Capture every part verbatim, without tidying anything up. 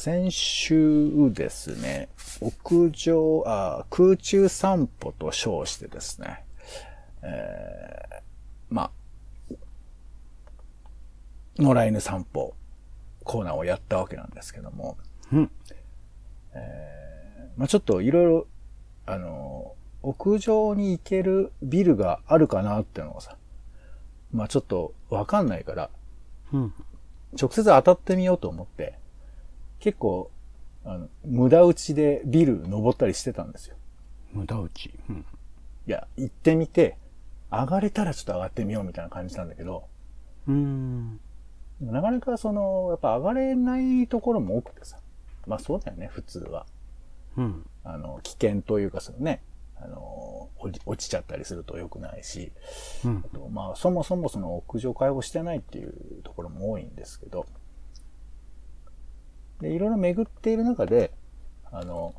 先週ですね、屋上、あ、空中散歩と称してですね、えー、まあ、野良犬散歩コーナーをやったわけなんですけども、 うん。 えー、まあちょっといろいろ、あの、屋上に行けるビルがあるかなっていうのをさ、まあちょっとわかんないから、 うん。 直接当たってみようと思って、結構、あの、無駄打ちでビル登ったりしてたんですよ。 無駄打ち。うん。 いや、行ってみて、上がれたらちょっと上がってみようみたいな感じなんだけど、 うーん。 なかなかその、やっぱ上がれないところも多くてさ。まあそうだよね、普通は。 うん。 あの、危険というかそのね、あの、落ち落ちちゃったりすると良くないし、 うん。 あとまあそもそもその屋上開放してないっていうところも多いんですけど、で、いろいろ巡っている中で、あの、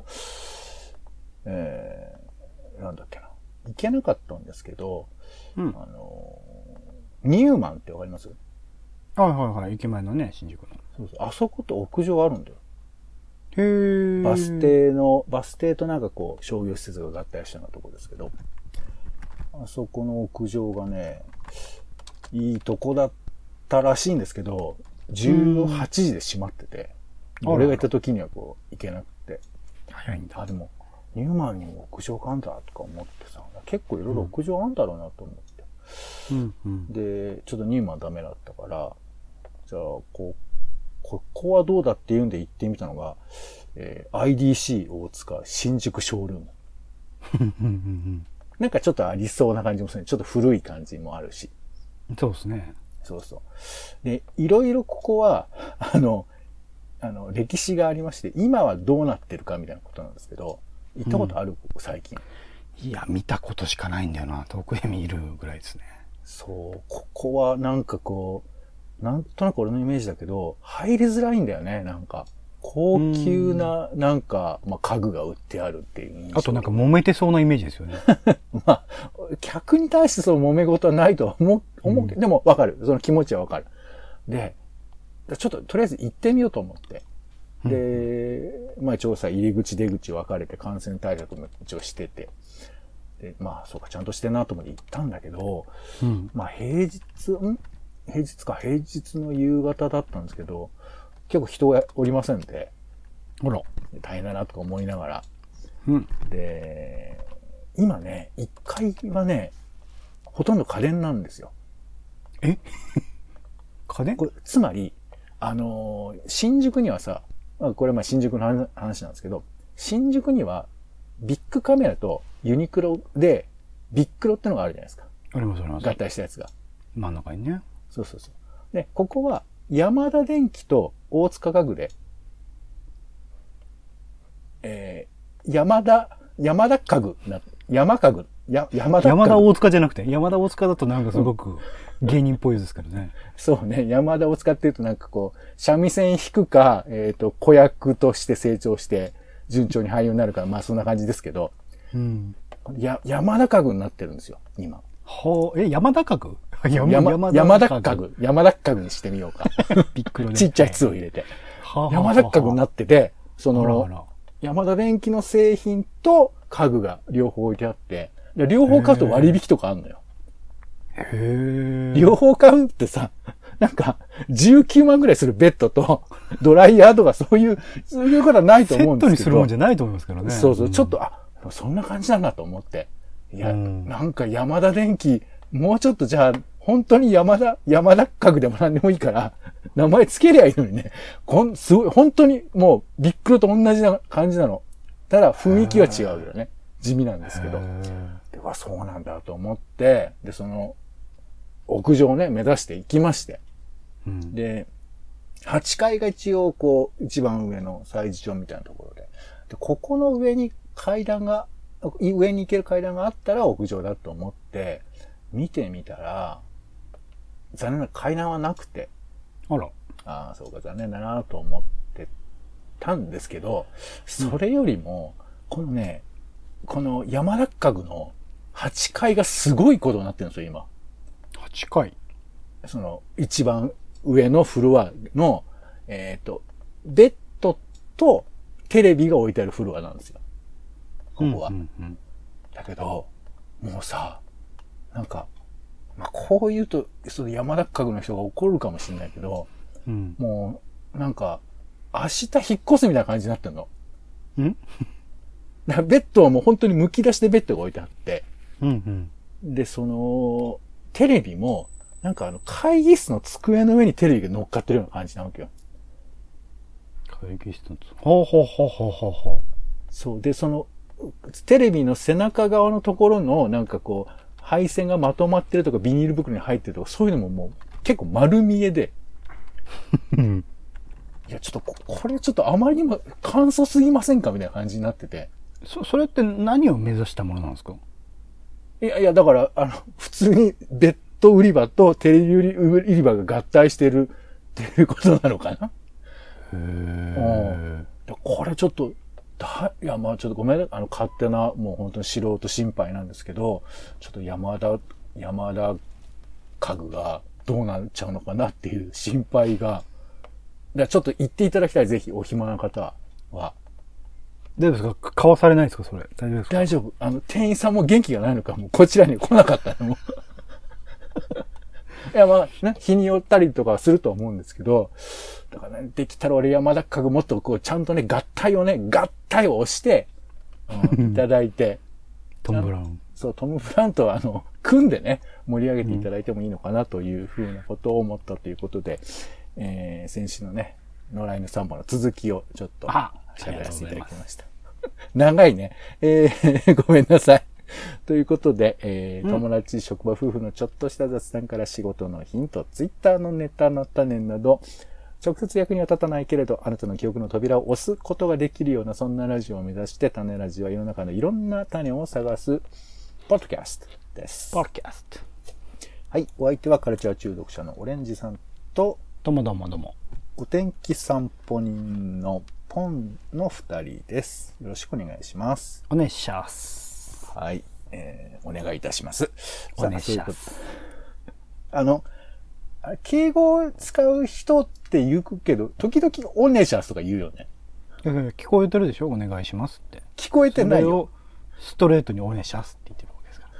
えー、なんだっけな。行けなかったんですけど、 うん。 あの、ニューマンってわかります？ はいはいはい。駅前のね、新宿の。 そうそう。あそこって屋上あるんだよ。 へー。 バス停の、バス停となんかこう、商業施設が合体したようなとこですけど、あそこの屋上がね、いいとこだったらしいんですけど、じゅうはちじで閉まってて、俺が行った時にはこう、行けなくて。 早いんだ。 あ、でも、ニューマンにも屋上があんだとか思ってさ、結構いろいろ屋上あんだろうなと思って。 うんうん。 で、ちょっとニューマンダメだったから、じゃあ、こう、ここはどうだって言うんで行ってみたのが、えー、アイディーシー 大塚新宿ショールーム。なんかちょっとありそうな感じもするね。ちょっと古い感じもあるし。 そうですね。 そうそう。で、いろいろここは、あの、あの、歴史がありまして、今はどうなってるかみたいなことなんですけど、行ったことある、うん、最近。 いや、見たことしかないんだよな。遠くで見るぐらいですね。 そう、ここはなんかこう、なんとなく俺のイメージだけど、入りづらいんだよね、なんか。高級な、なんか、まあ、家具が売ってあるっていう。 あとなんか揉めてそうなイメージですよね。 まあ、客に対してその揉め事はないとは思う、思うけど、うん、でもわかる。その気持ちはわかる。で、ちょっととりあえず行ってみようと思って。で、うん、まあ一応さ、入り口出口分かれて感染対策も一応してて。で、まあそうか、ちゃんとしてんなと思って行ったんだけど、うん、まあ平日、ん平日か、平日の夕方だったんですけど、結構人がおりませんで、 ほら、 大変だなとか思いながら。 うん、 で、今ね、いっかいはね、ほとんど家電なんですよ。 え家電？ これつまり、あのー、新宿にはさ、これまあ新宿の話なんですけど、新宿にはビッグカメラとユニクロでビックロってのがあるじゃないですか。 ありますあります。 合体したやつが。 真ん中にね。 そうそうそう。で、ここはヤマダ電機と大塚家具で、えー、ヤマダ、ヤマダ家具な、ヤマ家具、や、ヤマダ家具。 ヤマダ大塚じゃなくて、ヤマダ大塚だとなんかすごく芸人っぽいですからね。 そうね。ヤマダ大塚って言うとなんかこう、三味線弾くか、えっと、子役として成長して、順調に俳優になるから、まあそんな感じですけど、 うん。 や、山田家具になってるんですよ、今。 ほう、え、山田家具山, 山, 山田家具。山田家具にしてみようか。 ビックロで。 ちっちゃい「つ」を入れて。山田家具になってて、その、山田電機の製品と家具が両方置いてあって、両方買うと割引とかあるのよ。 へー。 両方買うってさ、なんか、じゅうきゅうまんぐらいするベッドと、ドライヤーとかそういう、そういうことはないと思うんですけど。セットにするもんじゃないと思いますからね。 そうそう、ちょっと、あ、そんな感じなんだと思って。いや、うん、なんか山田電機、もうちょっとじゃあ、本当に山田、山田家具でも何でもいいから、名前つけりゃいいのにね。こん、すごい、本当にもう、ビックロと同じな感じなの。ただ、雰囲気は違うよね。地味なんですけど。で、わ、そうなんだと思って、で、その、屋上をね、目指して行きまして。うん、で、はちかいが一応、こう、一番上の催事場みたいなところで。で、ここの上に階段が、上に行ける階段があったら屋上だと思って、見てみたら、残念な階段はなくて。 あら。 ああ、そうか、残念だなと思ってたんですけど、それよりも、このね、この山田家具のはちかいがすごいことになってるんですよ、今。 はちかい？ その、一番上のフロアの、えっと、ベッドとテレビが置いてあるフロアなんですよ。ここは。 うんうんうん、 だけど、もうさ、なんか、まあ、こう言うと、その山田家具の人が怒るかもしれないけど、うん、もう、なんか、明日引っ越すみたいな感じになってんの。 んだからベッドはもう本当に剥き出しでベッドが置いてあって、 うんうん、 で、その、テレビも、なんかあの、会議室の机の上にテレビが乗っかってるような感じなわけよ。 会議室の机。ほうほうほうほうほうほう。 そう。で、その、テレビの背中側のところの、なんかこう、配線がまとまってるとか、ビニール袋に入ってるとか、そういうのももう、結構丸見えで。いや、ちょっとこ、これちょっとあまりにも簡素すぎませんかみたいな感じになってて。 そ、それって何を目指したものなんですか？ いや、いや、だから、あの、普通にベッド売り場とテレビ売り場が合体してるっていうことなのかな？ へー。 これちょっと、だ、いや、まあちょっとごめんね、あの、勝手な、もう本当に素人心配なんですけど、ちょっと山田、山田家具がどうなっちゃうのかなっていう心配が、だちょっと言っていただきたい、ぜひ、お暇な方は。 大丈夫ですか？買わされないですかそれ。大丈夫ですか？ 大丈夫。あの、店員さんも元気がないのか、もうこちらに来なかったのも。いや、まあ、ね、日によったりとかはすると思うんですけど、だからね、できたら俺山田家具もっとこう、ちゃんとね、合体をね、合体を押して、うん、いただいて。 トム・ブラウン。 そう、トム・ブラウンとあの、組んでね、盛り上げていただいてもいいのかなというふうなことを思ったということで、えー、先週のね、野良犬散歩の続きをちょっと喋らせていただきました。長いね。えー、ごめんなさい。ということで、えー、友達、職場、夫婦のちょっとした雑談から仕事のヒント、ツイッターのネタの種など、直接役には立たないけれど、あなたの記憶の扉を押すことができるような、そんなラジオを目指して、種ラジオは世の中のいろんな種を探す、ポッドキャストです。 ポッドキャスト。 はい。お相手はカルチャー中毒者のオレンジさんと、 どうもどうもどうも。 お天気散歩人のポンの二人です。よろしくお願いします。 お願いします。 はい。えー、お願いいたします。 お願いします。 あの、敬語を使う人って言うけど、時々おねしゃすとか言うよね。 聞こえてるでしょ？お願いしますって。 聞こえてないよ。それをストレートにおねしゃすって言ってるわけですから。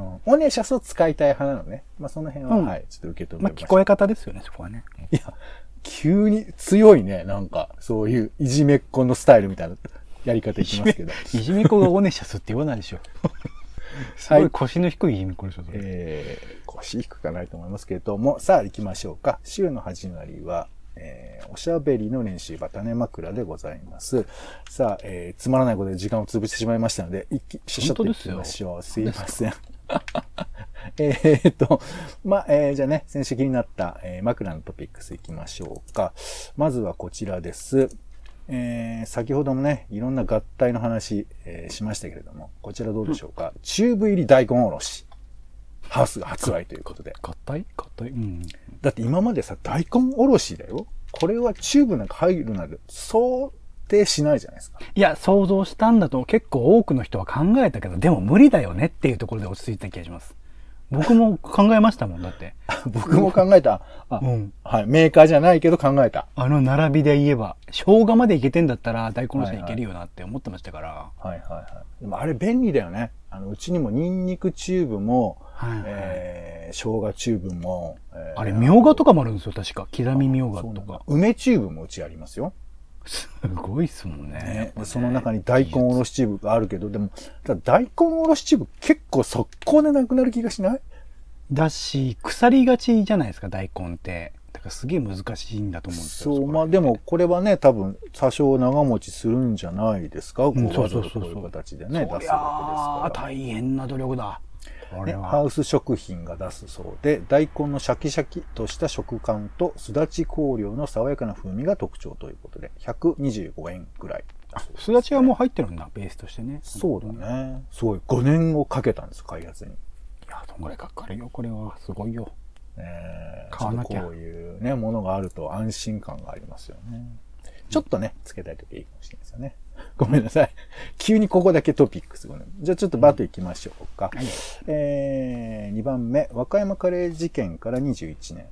うん。おねしゃすを使いたい派なのね。まあその辺は、うん、はい、ちょっと受け止めました。まあ聞こえ方ですよね、そこはね。 いや、急に強いね、なんか、そういういじめっ子のスタイルみたいなやり方いきますけど。 いじめっ子がおねしゃすって言わないでしょ。すごい腰の低いいじめっ子でしょ、それ。 えー、腰低くないと思いますけれども、さあ行きましょうか。週の始まりは、えー、おしゃべりの練習場、種枕でございます。さあ、えー、つまらないことで時間を潰してしまいましたので、一気、しゃしゃっと行きましょう。すいません。えっと、まあ、えー、じゃあね、先週気になった、えー、枕のトピックス行きましょうか。まずはこちらです。えー、先ほどもね、いろんな合体の話、えー、しましたけれども、こちらどうでしょうか。うん、チューブ入り大根おろし。ハウスが発売ということで。 合体合体うん。 だって今までさ、大根おろしだよ。これはチューブなんか入るなんて想定しないじゃないですか。 いや、想像したんだと結構多くの人は考えたけど、でも無理だよねっていうところで落ち着いた気がします。僕も考えましたもん、だって。 僕も考えた。あ、うん。はい。メーカーじゃないけど考えた。 あの並びで言えば、生姜までいけてんだったら大根おろしいけるよなって思ってましたから。 はいはいはい。でもあれ便利だよね。あの、うちにもニンニクチューブも、はいはい、えー、生姜チューブも、 えー、あれ、みょうがとかもあるんですよ、確か。刻みみょうがとか。 梅チューブもうちありますよ。 すごいっすもんね。ねでその中に大根おろしチューブがあるけど、でも、大根おろしチューブ結構速攻でなくなる気がしない？ だし、腐りがちじゃないですか、大根って。だからすげえ難しいんだと思うんですよ。 そう、まあでもこれはね、多分多少長持ちするんじゃないですか。うん、 そうそうそう。 こういう形でね、出すわけですから。大変な努力だ。 ね、ハウス食品が出すそうで、大根のシャキシャキとした食感とすだち香料の爽やかな風味が特徴ということで、ひゃくにじゅうごえんぐらい。 すだちはもう入ってるんだ、ベースとしてね。 そうだね。すごい。ごねんをかけたんです、開発に。いや、どんぐらいかかるよ、これは。すごいよ。 えー、買わなきゃ。こういうね、ものがあると安心感がありますよね。ちょっとね、つけたいときいいかもしれないですよね。ごめんなさい。急にここだけトピックス。じゃあちょっとバッと行きましょうか。うん、えー、にばんめ、和歌山カレー事件からにじゅういちねん。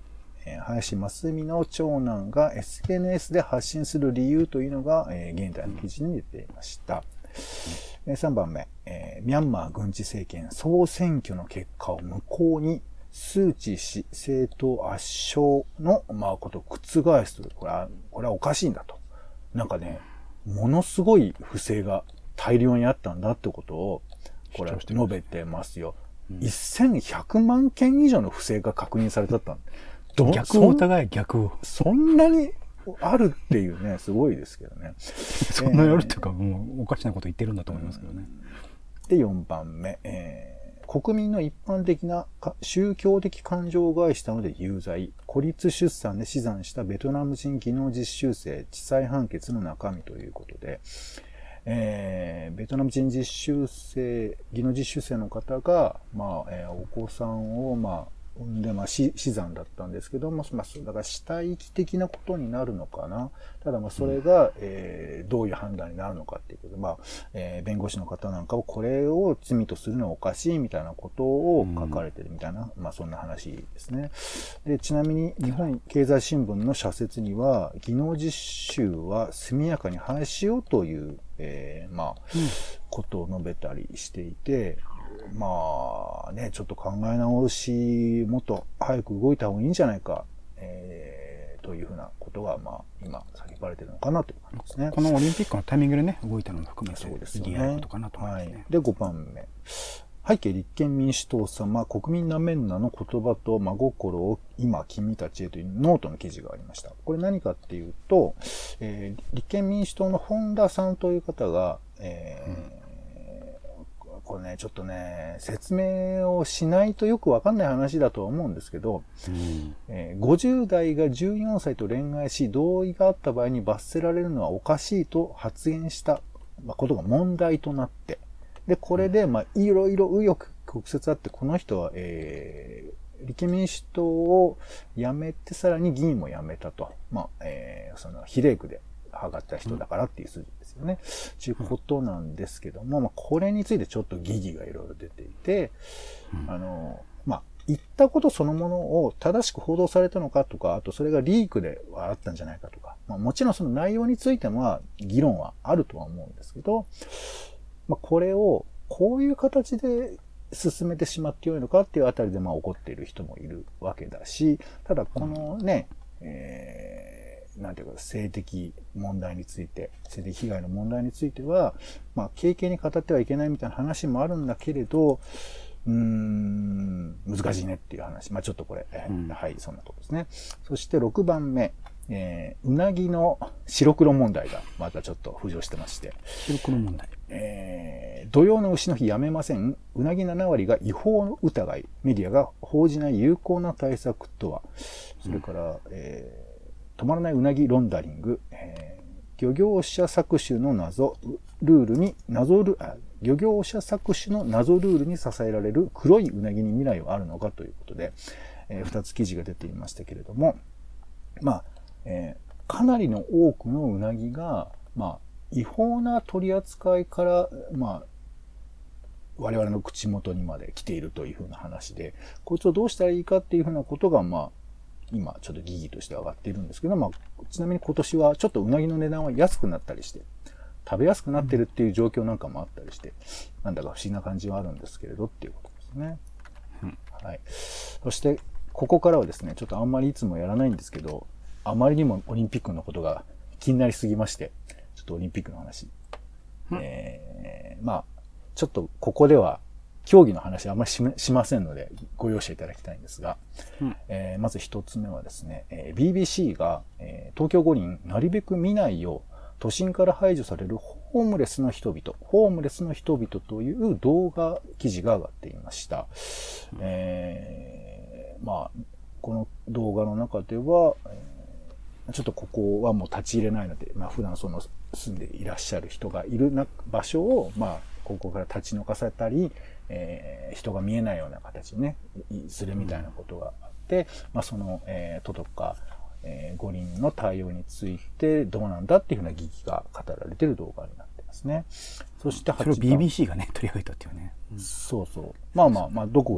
林真澄の長男が エスエヌエス で発信する理由というのが、えー、現代の記事に出ていました。うん、さんばんめ、えー、ミャンマー軍事政権総選挙の結果を無効にスー・チー氏政党圧勝の、まあ、ことを覆すと、これは、これはおかしいんだと。なんかね、ものすごい不正が大量にあったんだってことを、これは述べてますよ。うん、せんひゃくまんけん以上の不正が確認されたったんだ。逆を疑い逆を。 そんなにあるっていうね、すごいですけどね。 そんなやるとか、もうおかしなこと言ってるんだと思いますけどね。 で、よんばんめ、えー国民の一般的な宗教的感情を害したので有罪。孤立出産で死産したベトナム人技能実習生地裁判決の中身ということで、えー、ベトナム人実習生、技能実習生の方が、まあ、えー、お子さんを、まあ、産んで、まあ、死産だったんですけども、まあ、だから死体遺棄的なことになるのかな。ただ、まあ、それが、えー、どういう判断になるのかっていうことで、まあ、えー、弁護士の方なんかはこれを罪とするのはおかしいみたいなことを書かれてるみたいな、うん、まあ、そんな話ですね。で、ちなみに、日本経済新聞の社説には、技能実習は速やかに廃止しようという、えー、まあ、うん、ことを述べたりしていて、まあね、ちょっと考え直し、もっと早く動いた方がいいんじゃないか、えー、というふうなことが、まあ、今、叫ばれているのかなという感じですね。 このオリンピックのタイミングでね、動いたのも含めて、 そうですよね。 意義あることかなと思いますね。はい、 で、ごばんめ。背景立憲民主党様、国民なめんなの言葉と真心を今君たちへというノートの記事がありました。これ何かっていうと、えー、立憲民主党の本田さんという方が、えーうんこれね、ちょっとね、説明をしないとよくわかんない話だとは思うんですけど、うんえー、ごじゅう代がじゅうよんさいと恋愛し、同意があった場合に罰せられるのはおかしいと発言したことが問題となって、で、これで、まあ、いろいろ紆余曲折あって、この人は、えー、立憲民主党を辞めて、さらに議員も辞めたと。まあ、えー、その、比例区で上がった人だからっていう筋ですよね。と、うん、いうことなんですけども、まあ、これについてちょっと疑義がいろいろ出ていて、うん、あの、まあ、言ったことそのものを正しく報道されたのかとか、あとそれがリークではあったんじゃないかとか、まあ、もちろんその内容についても議論はあるとは思うんですけど、まあ、これをこういう形で進めてしまってよいのかっていうあたりでまあ怒っている人もいるわけだし、ただこのね、うん、えー、なんていうか性的問題について、性的被害の問題については、まあ軽々に語ってはいけないみたいな話もあるんだけれど、うーん、難しいねっていう話。まあちょっとこれ、えーうん、はい、そんなとこですね。そしてろくばんめ。えー、うなぎの白黒問題がまたちょっと浮上してまして。 白黒問題。 えー、土曜の牛の日やめません。うなぎななわりが違法の疑い。メディアが報じない有効な対策とは。それから、うん、えー、止まらないうなぎロンダリング。えー、漁業者搾取の謎、ルールに、謎ルあ、漁業者搾取の謎ルールに支えられる黒いうなぎに未来はあるのかということで、えー、ふたつ記事が出ていましたけれども、まあ、えー、かなりの多くのうなぎが、まあ、違法な取り扱いから、まあ、我々の口元にまで来ているというふうな話で、こいつをどうしたらいいかっていうふうなことが、まあ、今ちょっと疑義として上がっているんですけど、まあ、ちなみに今年はちょっとうなぎの値段は安くなったりして、食べやすくなってるっていう状況なんかもあったりして、なんだか不思議な感じはあるんですけれどっていうことですね。うん、はい。そして、ここからはですね、ちょっとあんまりいつもやらないんですけど、あまりにもオリンピックのことが気になりすぎまして、ちょっとオリンピックの話。うん、えー、まあ、ちょっとここでは競技の話あんまり し, しませんのでご容赦いただきたいんですが、うんえー、まず一つ目はですね、えー、ビービーシー が、えー、東京五輪なるべく見ないよう都心から排除されるホームレスの人々、ホームレスの人々という動画記事が上がっていました。うん、えー、まあ、この動画の中では、えー、ちょっとここはもう立ち入れないので、まあ普段その住んでいらっしゃる人がいるな場所を、まあここから立ち退かせたり、えー、人が見えないような形にね、するみたいなことがあって、うん、まあその、えー、都とか、えー、五輪の対応についてどうなんだっていうふうな疑義が語られている動画になってますね。そしてはちばん。 それを ビービーシー がね、取り上げたっていうね。 うん、そうそう。まあまあまあ、どこが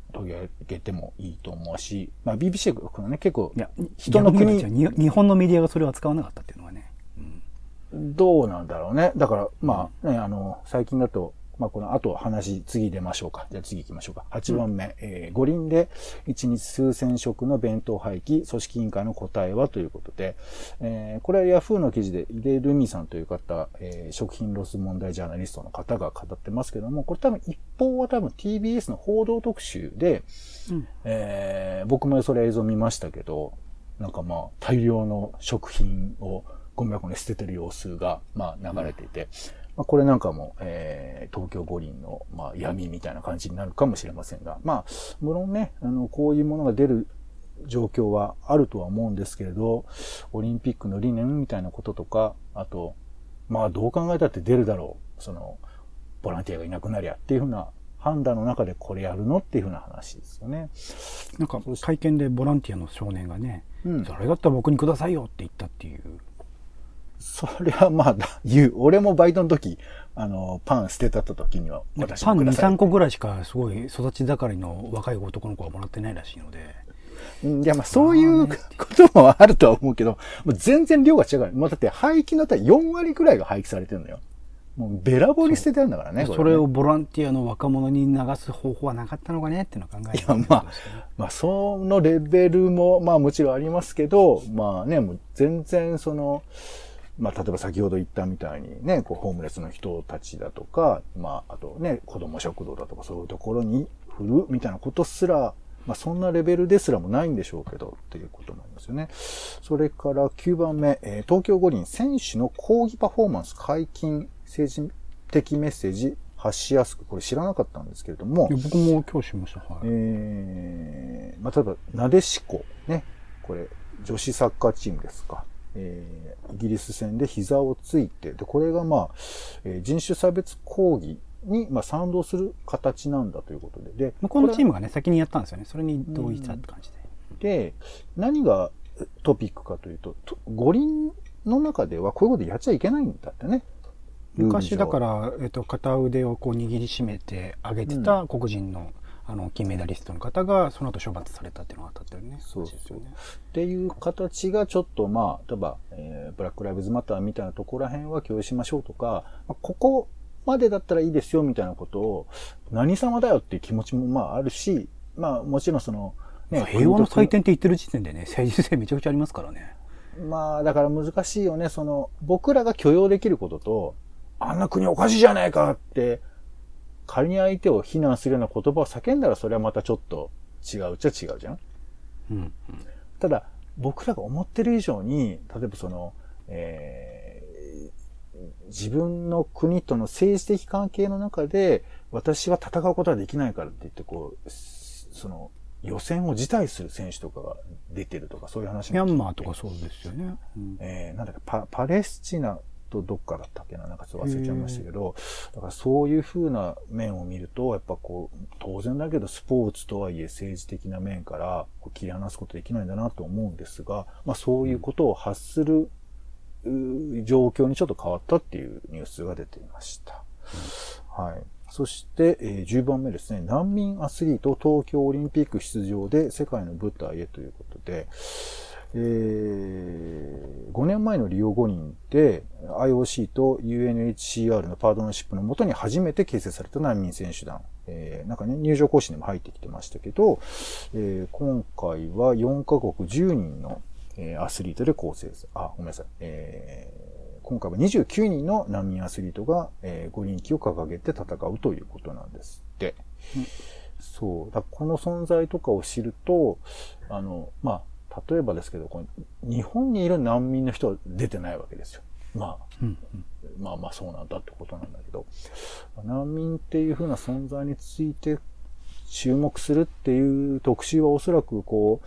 取り上げてもいいと思うし、まあ ビービーシー はこのね、結構、 いや、 人の国、 日本のメディアがそれを扱わなかったっていうのはね。 うん、どうなんだろうね。だから、まあね、あの、最近だと、まあこの後話、次出ましょうか。じゃあ次行きましょうか。はちばんめ、うん、えー、五輪で一日数千食の弁当廃棄、組織委員会の答えはということで、えー、これはヤフーの記事で井出留美さんという方、えー、食品ロス問題ジャーナリストの方が語ってますけども、これ多分一報は多分 ティービーエス の報道特集で、うん、えー、僕もそれ映像見ましたけど、なんかまあ大量の食品をゴミ箱に捨ててる様子がまあ流れていて、うん、まあ、これなんかも、えー、東京五輪の、まあ、闇みたいな感じになるかもしれませんが、まあ、無論ね、あの、こういうものが出る状況はあるとは思うんですけれど、オリンピックの理念みたいなこととか、あと、まあ、どう考えたって出るだろう。その、ボランティアがいなくなりゃっていうふうな判断の中でこれやるのっていうふうな話ですよね。 なんか、会見でボランティアの少年がね、うん、それだったら僕にくださいよって言ったっていう。 それはまあ、言う。俺もバイトの時、あの、パン捨てた時には私もください。パンに、さんこぐらいしかすごい育ち盛りの若い男の子はもらってないらしいので。 いや、まあそういうこともあるとは思うけど、もう全然量が違う。まあだって廃棄のったらよんわりぐらいが廃棄されてるのよ。もうべらぼうに捨ててあるんだからね。 そ, ねそれをボランティアの若者に流す方法はなかったのかねっていうのを考えて、 ね。いや、まあ、まあそのレベルも、まあもちろんありますけど、まあね、もう全然その、まあ、例えば先ほど言ったみたいにね、こう、ホームレスの人たちだとか、まあ、あとね、子供食堂だとかそういうところに振るみたいなことすら、まあ、そんなレベルですらもないんでしょうけど、っていうこともありますよね。それからきゅうばんめ、えー、東京五輪選手の抗議パフォーマンス解禁、政治的メッセージ発しやすく、これ知らなかったんですけれども。 僕も今日知りました。はい。 えー、まあ、例えば、なでしこ、ね、これ、女子サッカーチームですか。えー、イギリス戦で膝をついて、で、これがまあ、えー、人種差別抗議に、まあ、賛同する形なんだということで。で、 向こうのチームがね、先にやったんですよね。それに同意したって感じで。で、何がトピックかというと、五輪の中ではこういうことやっちゃいけないんだってね。 昔だから、えっと、片腕をこう握りしめて上げてた黒人の、うんあの、金メダリストの方が、その後処罰されたっていうのがあったよね。 そうですよね。っていう形がちょっと、まあ、例えば、えー、ブラックライブズマターみたいなところら辺は共有しましょうとか、まあ、ここまでだったらいいですよみたいなことを、何様だよっていう気持ちもまああるし、まあもちろんその、 ね、平和の祭典って言ってる時点でね、政治性めちゃくちゃありますからね。 まあ、だから難しいよね。その、僕らが許容できることと、あんな国おかしいじゃないかって、仮に相手を非難するような言葉を叫んだらそれはまたちょっと違うっちゃ違うじゃん、うんうん、ただ僕らが思ってる以上に例えばその、えー、自分の国との政治的関係の中で私は戦うことはできないからって言ってこうその予選を辞退する選手とかが出てるとかそういう話ミャンマーとかそうですよね、 うんえー、なんだっけ パ, パレスチナとどっかだったっけな、なんかちょっと忘れちゃいましたけど、だからそういう風な面を見ると、やっぱこう、当然だけどスポーツとはいえ政治的な面からこう切り離すことできないんだなと思うんですが、まあそういうことを発する、うん、状況にちょっと変わったっていうニュースが出ていました。うん、はい。そして、えー、じゅうばんめですね、難民アスリート東京オリンピック出場で世界の舞台へということで、えー、ごねんまえのリオ五輪で アイオーシー と ユーエヌエイチシーアール のパートナーシップのもとに初めて結成された難民選手団。えー、なんかね、入場行進でも入ってきてましたけど、えー、今回はよんカ国じゅうにんの、えー、アスリートで構成です。あ、ごめんなさい。えー、今回はにじゅうきゅうにんの難民アスリートが、えー、五輪旗を掲げて戦うということなんですって。うん、そう。だこの存在とかを知ると、あの、まあ、例えばですけど、この日本にいる難民の人は出てないわけですよ。まあ、うんうん、まあまあそうなんだってことなんだけど、難民っていう風な存在について注目するっていう特集はおそらくこう、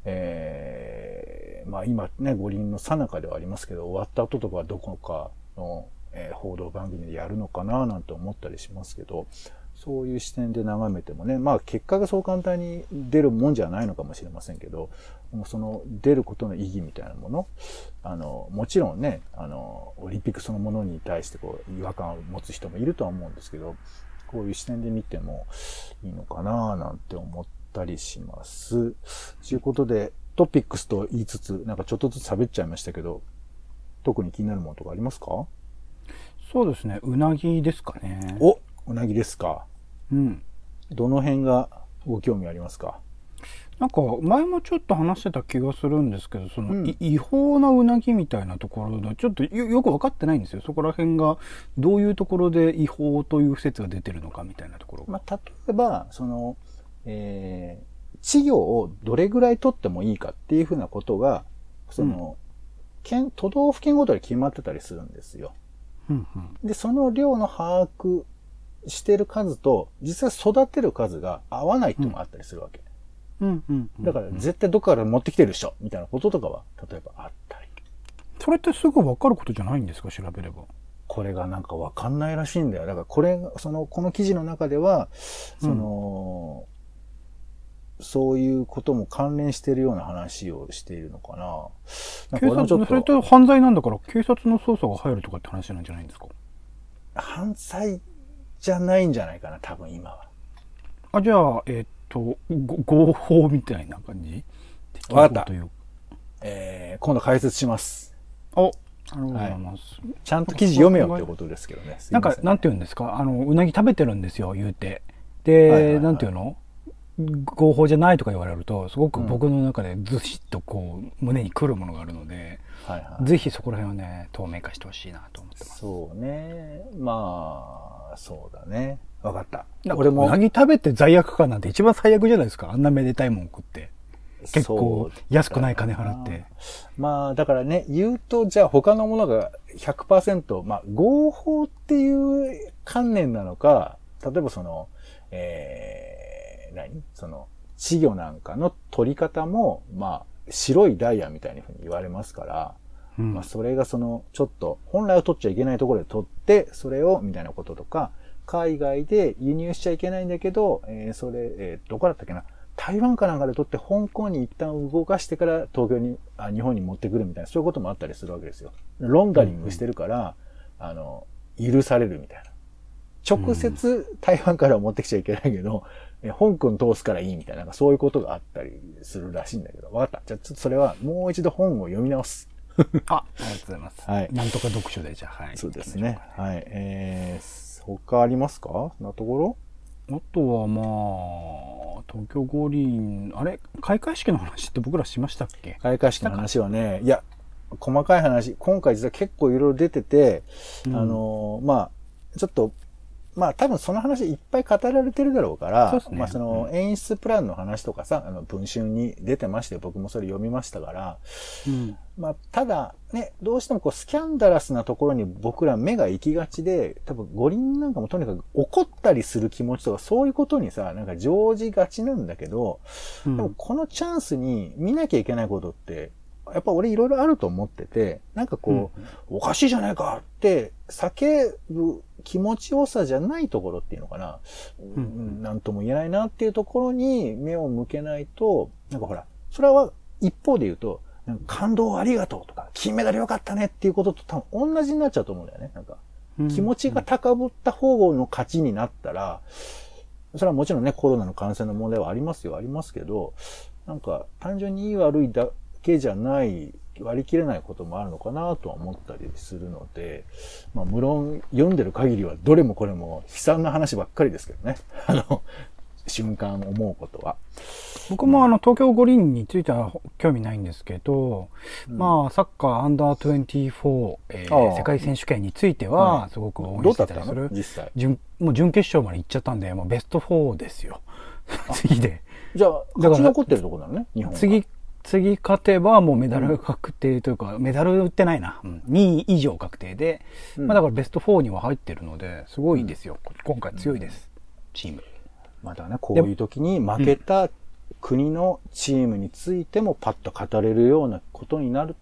えー、まあ今ね、五輪の最中ではありますけど、終わった後とかどこかの、えー、報道番組でやるのかななんて思ったりしますけど、そういう視点で眺めてもね、まあ結果がそう簡単に出るもんじゃないのかもしれませんけど、その出ることの意義みたいなもの、あの、もちろんね、あの、オリンピックそのものに対してこう違和感を持つ人もいるとは思うんですけど、 こういう視点で見てもいいのかななんて思ったりします。ということで、トピックスと言いつつ、なんかちょっとずつ喋っちゃいましたけど、特に気になるものとかありますか？ そうですね。うなぎですかね。 お、うなぎですか。 うん。 どの辺がご興味ありますか？ なんか前もちょっと話してた気がするんですけど、その、 うん、 違法なうなぎみたいなところでちょっと よ, よく分かってないんですよ。そこら辺がどういうところで違法という説が出てるのかみたいなところが。 まあ、例えばその、えー、稚魚をどれぐらい取ってもいいかっていうふうなことがその、うん、県都道府県ごとで決まってたりするんですよ。 うんうん、 でその量の把握してる数と実際育てる数が合わないっていうのもあったりするわけ。 うんうんうんうん、 だから絶対どっかから持ってきてるでしょみたいなこととかは例えばあったり。 それってすぐ分かることじゃないんですか？調べれば。 これがなんか分かんないらしいんだよ。だからこれそのこの記事の中ではその、うん、そういうことも関連しているような話をしているのかな。 警察それって犯罪なんだから警察の捜査が入るとかって話なんじゃないんですか？ 犯罪じゃないんじゃないかな多分今は。 あ、じゃあえー、っと合法みたいな感じ？ わかった。えー、今度解説します。 お、ありがとうございます。 はい、ちゃんと記事読めよっていうことですけどね。 なんかなんて言うんですか、あのうなぎ食べてるんですよ言うて。で、はいはいはい、なんていうの？合法じゃないとか言われるとすごく僕の中でずしっとこう胸にくるものがあるので、はいはい、ぜひそこら辺はね透明化してほしいなと思ってます。 そうね、まあそうだね、分かった。 俺もうなぎ食べて罪悪感なんて一番最悪じゃないですか。あんなめでたいもん食って結構安くない金払って。 まあだからね言うとじゃあ他のものが ひゃくパーセント、まあ合法っていう観念なのか、例えばそのえー何その稚魚なんかの取り方もまあ白いダイヤみたいにふうに言われますから、うん、まあそれがそのちょっと本来は取っちゃいけないところで取ってそれをみたいなこととか、海外で輸入しちゃいけないんだけど、えー、それ、えー、どこだったっけな、台湾かなんかで取って香港に一旦動かしてから東京にあ日本に持ってくるみたいなそういうこともあったりするわけですよ。ロンダリングしてるから、うん、あの許されるみたいな。直接台湾から持ってきちゃいけないけど、うん、香港通すからいいみたいな、そういうことがあったりするらしいんだけど。わかった。じゃあちょっとそれはもう一度本を読み直す。 あ、ありがとうございます。はい。なんとか読書でじゃあ、はい。 そうですね。はい。えー、他ありますか？そんなところ？ あとはまあ、東京五輪、あれ開会式の話って僕らしましたっけ？ 開会式の話はね、いや、細かい話、今回実は結構いろいろ出てて、うん、あの、まあ、ちょっと、まあ多分その話いっぱい語られてるだろうから、そうですね、まあその演出プランの話とかさ、あの文春に出てまして僕もそれ読みましたから、うん、まあただね、どうしてもこうスキャンダラスなところに僕ら目が行きがちで、多分五輪なんかもとにかく怒ったりする気持ちとかそういうことにさ、なんか乗じがちなんだけど、うん、でもこのチャンスに見なきゃいけないことって、やっぱ俺いろいろあると思ってて、なんかこう、うん、おかしいじゃないかって叫ぶ気持ちよさじゃないところっていうのかな、うん、なんとも言えないなっていうところに目を向けないと、なんかほら、それは一方で言うと、なんか感動ありがとうとか、金メダルよかったねっていうことと多分同じになっちゃうと思うんだよね。なんか、気持ちが高ぶった方の勝ちになったら、それはもちろんね、コロナの感染の問題はありますよ、ありますけど、なんか単純にいい悪いだけじゃない割り切れないこともあるのかなとは思ったりするので、まあ無論読んでる限りはどれもこれも悲惨な話ばっかりですけどね。あの瞬間思うことは。 僕もあの東京五輪については興味ないんですけど、うん、まあサッカーアンダーにじゅうよん、えー、世界選手権についてはすごく応援してたりする。 実際準もう準決勝まで行っちゃったんで、もうベストフォーですよ。次で。 じゃあ勝ち残ってるところなのね、日本は。 次次勝てばもうメダル確定というか、うん、メダル売ってないな、うん、にい以上確定で、うん、まあだからベストよんには入ってるのですごいですよ、うん、今回強いです、うん、チーム。 またねこういう時に負けた国のチームについてもパッと語れるようなことになると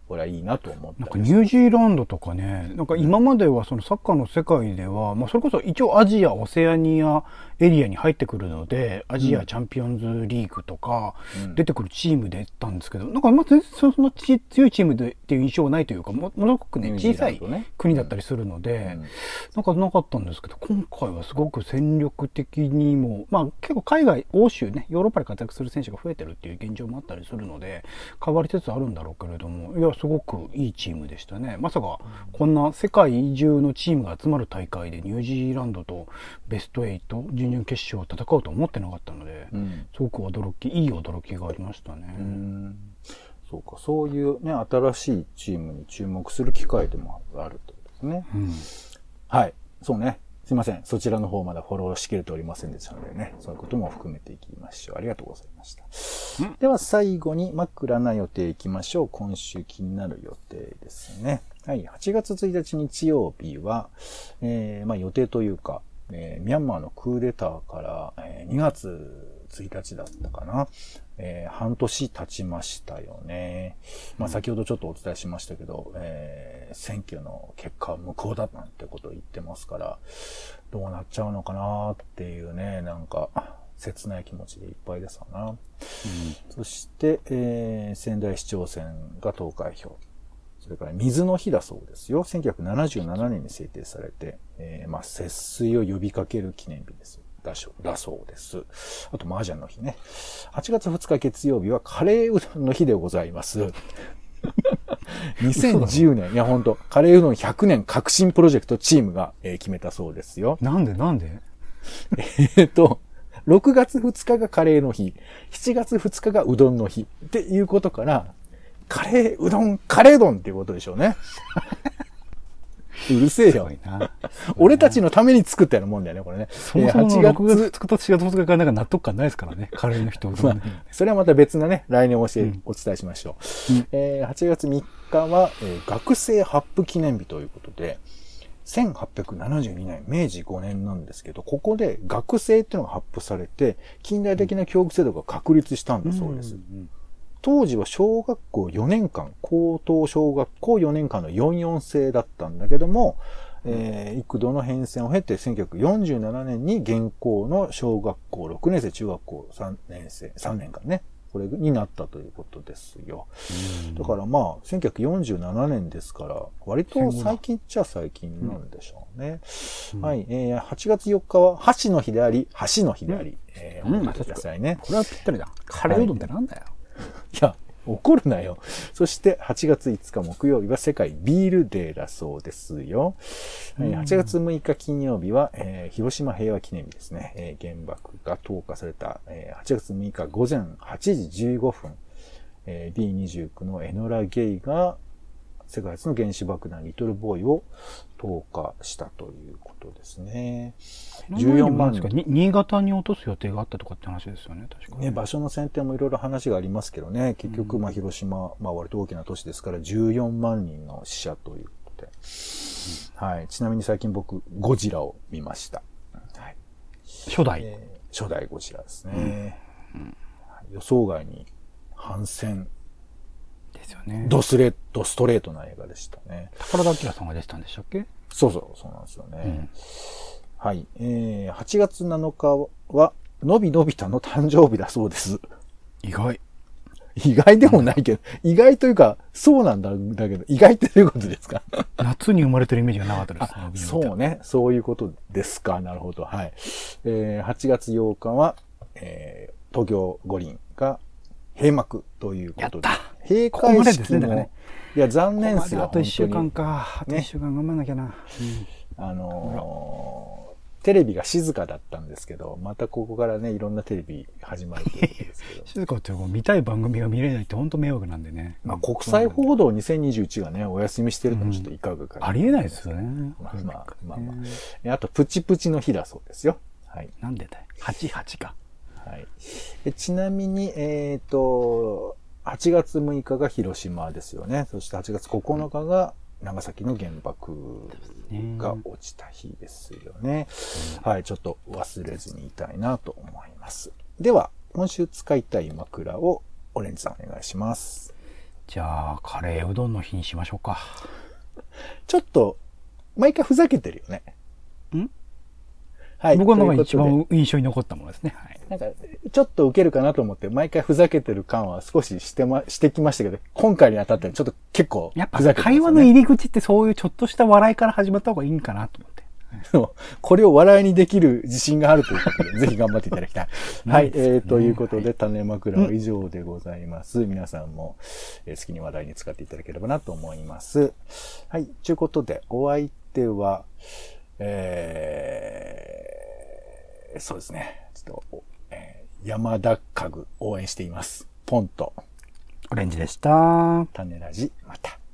これはいいなと思って。 なんかニュージーランドとかね、なんか今まではそのサッカーの世界では、まあそれこそ一応アジア、オセアニアエリアに入ってくるので、アジアチャンピオンズリーグとか出てくるチームでったんですけど、なんかまあ全然その強いチームでっていう印象はないというか、ものすごくね、小さい国だったりするので、なんかなかったんですけど、今回はすごく戦力的にも、まあ結構海外、欧州ね、ヨーロッパで活躍する選手が増えてるっていう現状もあったりするので、変わりつつあるんだろうけれども、いや、すごくいいチームでしたね。まさかこんな世界中のチームが集まる大会でニュージーランドとベストはち、準々決勝を戦うと思ってなかったので、うん、すごく驚き、いい驚きがありましたね。 うん、そうか、そういうね、新しいチームに注目する機会でもあるということですね。うん、はい、そうね。すいません。そちらの方まだフォローしきれておりませんでしたのでね、そういうことも含めていきましょう。ありがとうございました。では最後に枕な予定いきましょう。今週気になる予定ですね。はい。はちがつついたち日曜日は、えー、まあ予定というか、えー、ミャンマーのクーデターから、えー、にがつついたちだったかな。えー、半年経ちましたよね。まあ先ほどちょっとお伝えしましたけど、えー、選挙の結果は無効だなんてことを言ってますから、どうなっちゃうのかなっていうね、なんか切ない気持ちでいっぱいですわな。うん、そして、えー、仙台市長選が投開票。それから水の日だそうですよ。せんきゅうひゃくななじゅうななねんに制定されて、えー、まあ節水を呼びかける記念日です。だそうです。あと、麻雀の日ね。はちがつふつか月曜日はカレーうどんの日でございます。にせんじゅうねん、いやほんと、カレーうどんひゃくねん革新プロジェクトチームが、えー、決めたそうですよ。 なんでなんでえっと、ろくがつふつかがカレーの日、しちがつふつかがうどんの日っていうことから、カレーうどん、カレーうどんっていうことでしょうね。うるせえよ。俺たちのために作ったようなもんだよね、これね。 そもそもろくがつふつかとしがつふつかがなんか納得感ないですからね、カレーの人。 まあ、それはまた別なね、来年教え、うん、お伝えしましょう。うん、えー、はちがつみっかは、えー、学生発布記念日ということで、せんはっぴゃくななじゅうにねん、めいじごねんなんですけど、ここで学生っていうのが発布されて、近代的な教育制度が確立したんだそうです。うんうんうん、当時は小学校よねんかん、高等小学校よねんかんのよんよん制だったんだけども、えー、幾度の変遷を経てせんきゅうひゃくよんじゅうななねんに現行の小学校ろくねんせい、中学校さんねんせい、さんねんかんね、これになったということですよ。だからまあ、せんきゅうひゃくよんじゅうななねんですから、割と最近っちゃ最近なんでしょうね。うん、はい、えー。はちがつよっかは箸の日であり、箸の日であり、うん、えー、覚えてくださいね。 これはぴったりだ。カレーうどんってなんだよ。 いや、怒るなよ。そしてはちがついつか木曜日は世界ビールデーだそうですよ。はちがつむいか金曜日は、えー、広島平和記念日ですね。えー、原爆が投下された、えー、はちがつむいかごぜんはちじじゅうごふん、えー、ディーにじゅうきゅう のエノラ・ゲイが世界初の原子爆弾リトルボーイを投下したということですね。 じゅうよんまんにん。新潟に落とす予定があったとかって話ですよね、確かに。 ね、場所の選定もいろいろ話がありますけどね、結局、まあ、広島、まあ、割と大きな都市ですから、じゅうよんまんにんの死者ということで。うん、はい。ちなみに最近僕、ゴジラを見ました。はい。 初代、 えー、初代ゴジラですね。うんうん、予想外に反戦。 ですよね。 ドスレ、ドストレートな映画でしたね。 宝田明さんが出てたんでしたっけ？ そうそう、そうなんですよね。うん、はい。えー、はちがつなのかは、のびのび太の誕生日だそうです。 意外。 意外でもないけど、意外というか、そうなんだ、だけど、意外ってどういうことですか？ 夏に生まれてるイメージがなかったです。 あ、そうね。そういうことですか。なるほど。はい。えー、はちがつようかは、えー、東京五輪が閉幕ということで。 やった閉会式も、ね、いや、残念ですよ。 あといっしゅうかんか。あといっしゅうかん頑張んなきゃな。ね、 うん、あのー、テレビが静かだったんですけど、またここからね、いろんなテレビ始まるということですけど。 静かっていうか、見たい番組が見れないって本当迷惑なんでね。 まあ、国際報道にせんにじゅういちがね、お休みしてるのもちょっといかがか、 うん、ありえないですよね。 まあまあ、まあまあ。あと、プチプチの日だそうですよ。はい。 なんでだよ。はちじゅうはちか。 はい。えちなみに、えっと、はちがつむいかが広島ですよね。そしてはちがつここのかが長崎の原爆が落ちた日ですよね。うん、はい。ちょっと忘れずにいたいなと思います。では、今週使いたい枕をオレンジさんお願いします。 じゃあ、カレーうどんの日にしましょうか。 ちょっと、毎回ふざけてるよね。 んはい。 僕の中で一番印象に残ったものですね。はい。 なんか、ちょっとウケるかなと思って、毎回ふざけてる感は少ししてま、してきましたけど、今回にあたってちょっと結構ふざけてます、ね。 やっぱ会話の入り口ってそういうちょっとした笑いから始まった方がいいんかなと思って。 これを笑いにできる自信があるということで、ぜひ頑張っていただきたい。はい。えー、ということで、種枕は以上でございます。うん、皆さんも、えー、好きに話題に使っていただければなと思います。はい。ということで、お相手は、えー、そうですね。ちょっと、えー、山田家具応援しています。ポンと。 オレンジでした。 種ラジ、また。